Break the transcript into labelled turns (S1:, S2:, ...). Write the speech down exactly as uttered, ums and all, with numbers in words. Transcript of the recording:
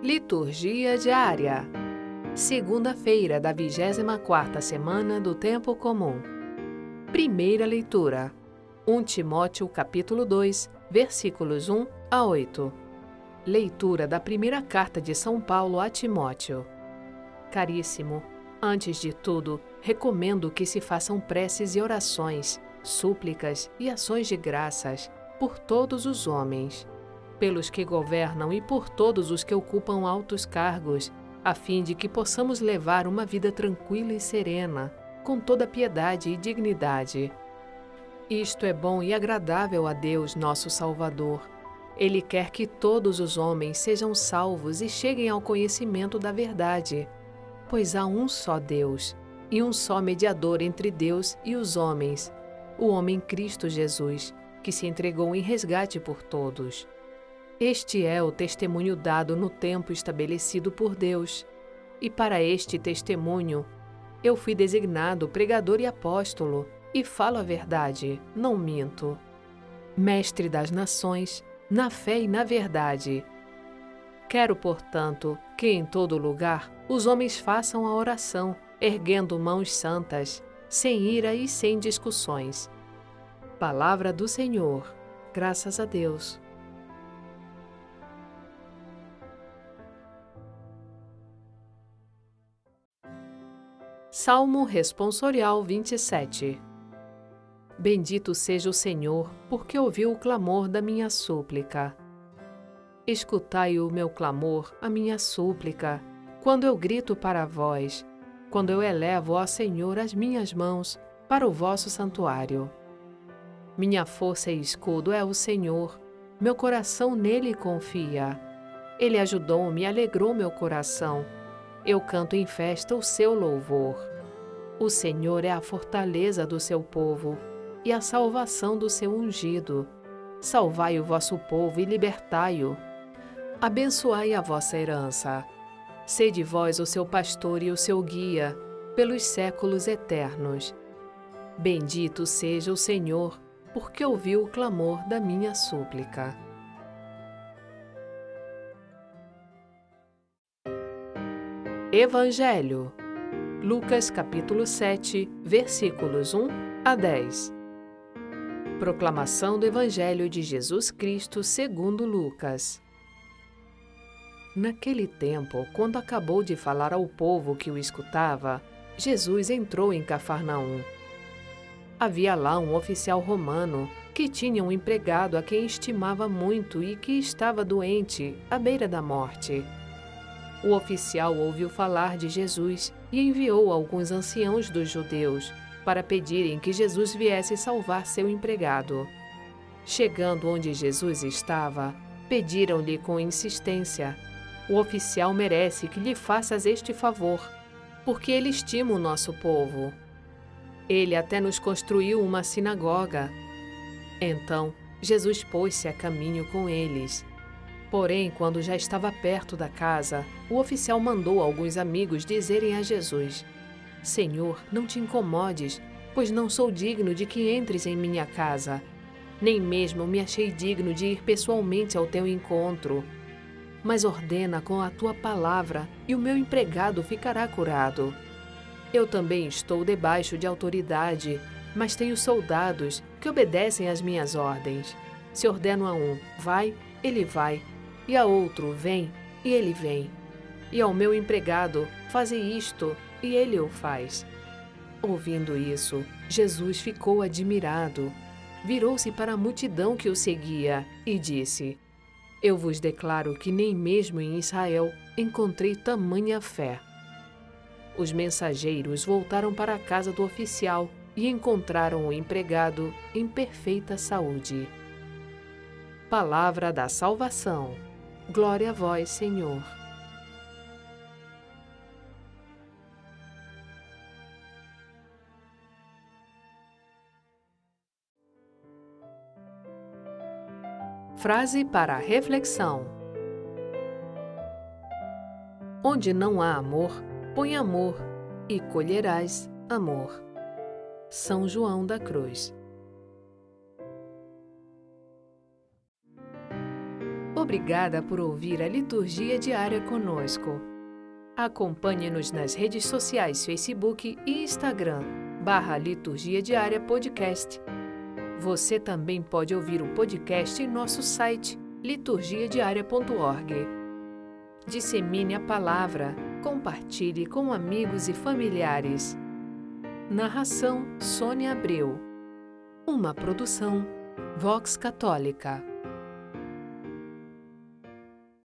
S1: Liturgia diária. Segunda-feira da vigésima quarta semana do Tempo Comum. Primeira leitura. Primeira Timóteo capítulo dois, versículos um a oito. Leitura da primeira carta de São Paulo a Timóteo. Caríssimo, antes de tudo, recomendo que se façam preces e orações, súplicas e ações de graças por todos os homens, pelos que governam e por todos os que ocupam altos cargos, a fim de que possamos levar uma vida tranquila e serena, com toda piedade e dignidade. Isto é bom e agradável a Deus, nosso Salvador. Ele quer que todos os homens sejam salvos e cheguem ao conhecimento da verdade, pois há um só Deus e um só mediador entre Deus e os homens, o homem Cristo Jesus, que se entregou em resgate por todos. Este é o testemunho dado no tempo estabelecido por Deus, e para este testemunho eu fui designado pregador e apóstolo, e falo a verdade, não minto. Mestre das nações, na fé e na verdade. Quero, portanto, que em todo lugar os homens façam a oração, erguendo mãos santas, sem ira e sem discussões. Palavra do Senhor. Graças a Deus. Salmo Responsorial vinte e sete. Bendito seja o Senhor, porque ouviu o clamor da minha súplica. Escutai o meu clamor, a minha súplica, quando eu grito para vós, quando eu elevo, ó Senhor, as minhas mãos para o vosso santuário. Minha força e escudo é o Senhor, meu coração nele confia. Ele ajudou-me e alegrou meu coração. Eu canto em festa o seu louvor. O Senhor é a fortaleza do seu povo e a salvação do seu ungido. Salvai o vosso povo e libertai-o. Abençoai a vossa herança. Sede vós o seu pastor e o seu guia, pelos séculos eternos. Bendito seja o Senhor, porque ouviu o clamor da minha súplica. Evangelho. Lucas capítulo sete, versículos um a dez. Proclamação do Evangelho de Jesus Cristo segundo Lucas. Naquele tempo, quando acabou de falar ao povo que o escutava, Jesus entrou em Cafarnaum. Havia lá um oficial romano que tinha um empregado a quem estimava muito e que estava doente, à beira da morte. O oficial ouviu falar de Jesus e enviou alguns anciãos dos judeus para pedirem que Jesus viesse salvar seu empregado. Chegando onde Jesus estava, pediram-lhe com insistência: o oficial merece que lhe faças este favor, porque ele estima o nosso povo. Ele até nos construiu uma sinagoga. Então, Jesus pôs-se a caminho com eles. Porém, quando já estava perto da casa, o oficial mandou alguns amigos dizerem a Jesus: Senhor, não te incomodes, pois não sou digno de que entres em minha casa. Nem mesmo me achei digno de ir pessoalmente ao teu encontro. Mas ordena com a tua palavra, e o meu empregado ficará curado. Eu também estou debaixo de autoridade, mas tenho soldados que obedecem às minhas ordens. Se ordeno a um, vai, ele vai. E a outro, vem, e ele vem. E ao meu empregado, faze isto, e ele o faz. Ouvindo isso, Jesus ficou admirado. Virou-se para a multidão que o seguia e disse: Eu vos declaro que nem mesmo em Israel encontrei tamanha fé. Os mensageiros voltaram para a casa do oficial e encontraram o empregado em perfeita saúde. Palavra da salvação. Glória a vós, Senhor. Frase para a reflexão. Onde não há amor, põe amor, e colherás amor. São João da Cruz. Obrigada por ouvir a Liturgia Diária conosco. Acompanhe-nos nas redes sociais Facebook e Instagram, barra Liturgia Diária Podcast. Você também pode ouvir o podcast em nosso site, liturgia diária ponto org. Dissemine a palavra, compartilhe com amigos e familiares. Narração Sônia Abreu. Uma produção Vox Católica.